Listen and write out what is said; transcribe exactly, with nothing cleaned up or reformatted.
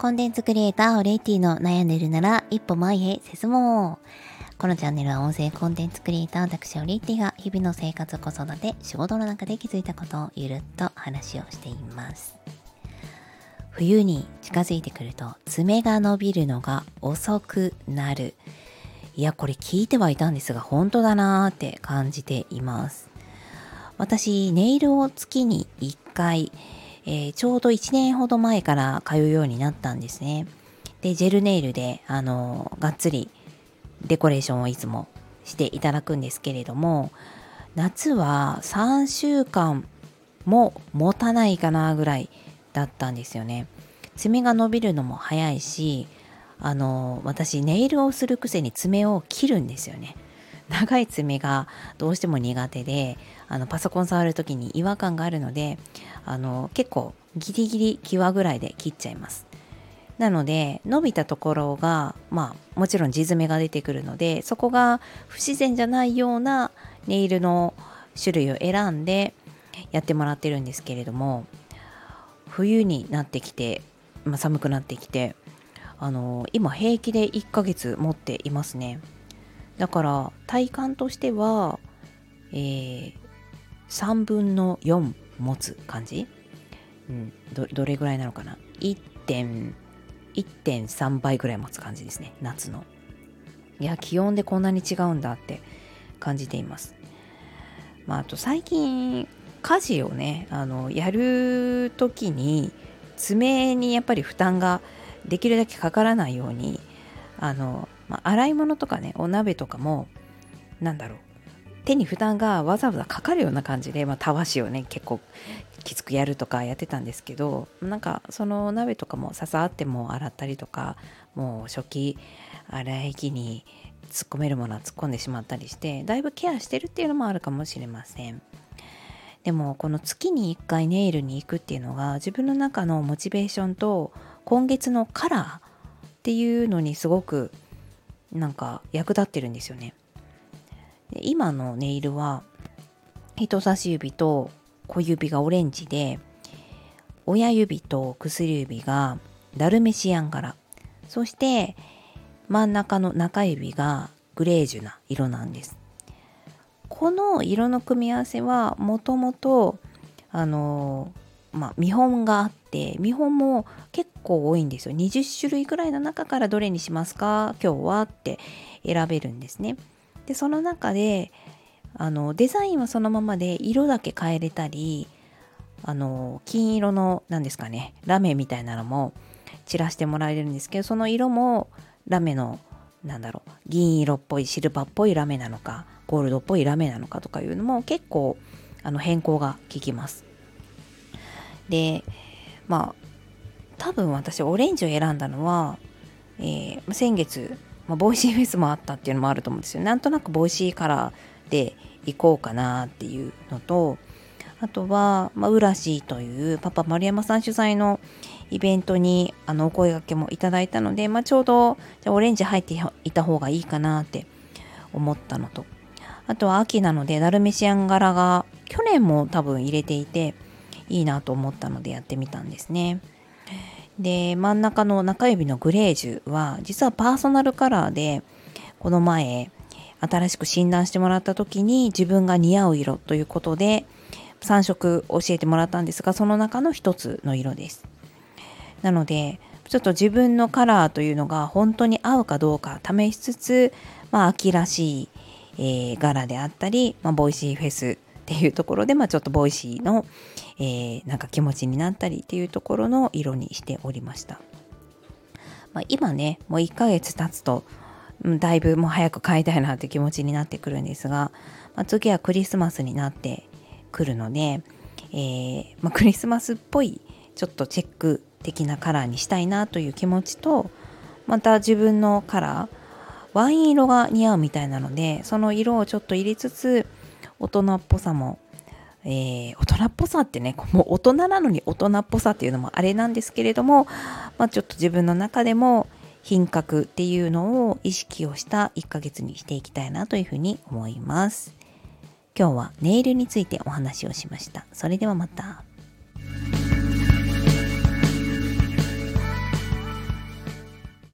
コンテンツクリエイターオレイティの悩んでるなら一歩前へ進もう。このチャンネルは音声コンテンツクリエイター私オレイティが日々の生活、子育て、仕事の中で気づいたことをゆるっと話をしています。冬に近づいてくると爪が伸びるのが遅くなる。いや、これ聞いてはいたんですが本当だなーって感じています。私ネイルを月にいっかい、えー、ちょうどいちねんほど前から通うようになったんですね。でジェルネイルであのがっつりデコレーションをいつもしていただくんですけれども、夏はさんしゅうかんも持たないかなぐらいだったんですよね。爪が伸びるのも早いし、あの私ネイルをするくせに爪を切るんですよね。長い爪がどうしても苦手で、あのパソコン触るときに違和感があるので、あの結構ギリギリ際ぐらいで切っちゃいます。なので伸びたところがまあもちろん地爪が出てくるので、そこが不自然じゃないようなネイルの種類を選んでやってもらってるんですけれども、冬になってきて、まあ、寒くなってきて、あの今平気でいっかげつ持っていますね。だから体感としては、えー、さんぶんのよん持つ感じ、うん、ど, どれぐらいなのかな、いってんさんばいぐらい持つ感じですね、夏の。いや、気温でこんなに違うんだって感じています。まあ、あと最近家事をねあのやるときに爪にやっぱり負担ができるだけかからないように、あのまあ、洗い物とかね、お鍋とかもなんだろう、手に負担がわざわざかかるような感じで、まあ、たわしをね結構きつくやるとかやってたんですけど、なんかその鍋とかもささっても洗ったりとか、もう食器洗い機に突っ込めるものは突っ込んでしまったりして、だいぶケアしてるっていうのもあるかもしれません。でもこの月にいっかいネイルに行くっていうのが自分の中のモチベーションと今月のカラーっていうのにすごくなんか役立ってるんですよね。で今のネイルは人差し指と小指がオレンジで、親指と薬指がダルメシアン柄、そして真ん中の中指がグレージュな色なんです。この色の組み合わせはもともとあのまあ見本があって、見本も結構多いんですよ。にじゅっしゅるいぐらいの中からどれにしますか今日はって選べるんですね。でその中であのデザインはそのままで色だけ変えれたり、あの金色のなんですかね、ラメみたいなのも散らしてもらえるんですけど、その色もラメのなんだろう、銀色っぽいシルバーっぽいラメなのかゴールドっぽいラメなのかとかいうのも結構あの変更が効きます。でまあ多分私オレンジを選んだのは、えー、先月、まあ、ボイシーフェスもあったっていうのもあると思うんですよ。なんとなくボイシーカラーで行こうかなっていうのと、あとは、まあ、ウラシーというパパ丸山さん主催のイベントにあのお声掛けもいただいたので、まあ、ちょうどじゃオレンジ入っていた方がいいかなって思ったのと、あとは秋なのでダルメシアン柄が去年も多分入れていていいなと思ったのでやってみたんですね。で真ん中の中指のグレージュは実はパーソナルカラーで、この前新しく診断してもらった時に自分が似合う色ということでさんしょく教えてもらったんですが、その中の一つの色です。なのでちょっと自分のカラーというのが本当に合うかどうか試しつつ、まあ、秋らしい、えー、柄であったり、まあ、ボイシーフェスっていうところで、まあ、ちょっとボイシーの、えー、なんか気持ちになったりっていうところの色にしておりました。まあ、今ねもういっかげつ経つとだいぶもう早く買いたいなって気持ちになってくるんですが、まあ、次はクリスマスになってくるので、えーまあ、クリスマスっぽいちょっとチェック的なカラーにしたいなという気持ちと、また自分のカラーワイン色が似合うみたいなので、その色をちょっと入れつつ大人っぽさも、えー、大人っぽさってね、もう大人なのに大人っぽさっていうのもあれなんですけれども、まあ、ちょっと自分の中でも品格っていうのを意識をしたいっかげつにしていきたいなというふうに思います。今日はネイルについてお話をしました。それではまた。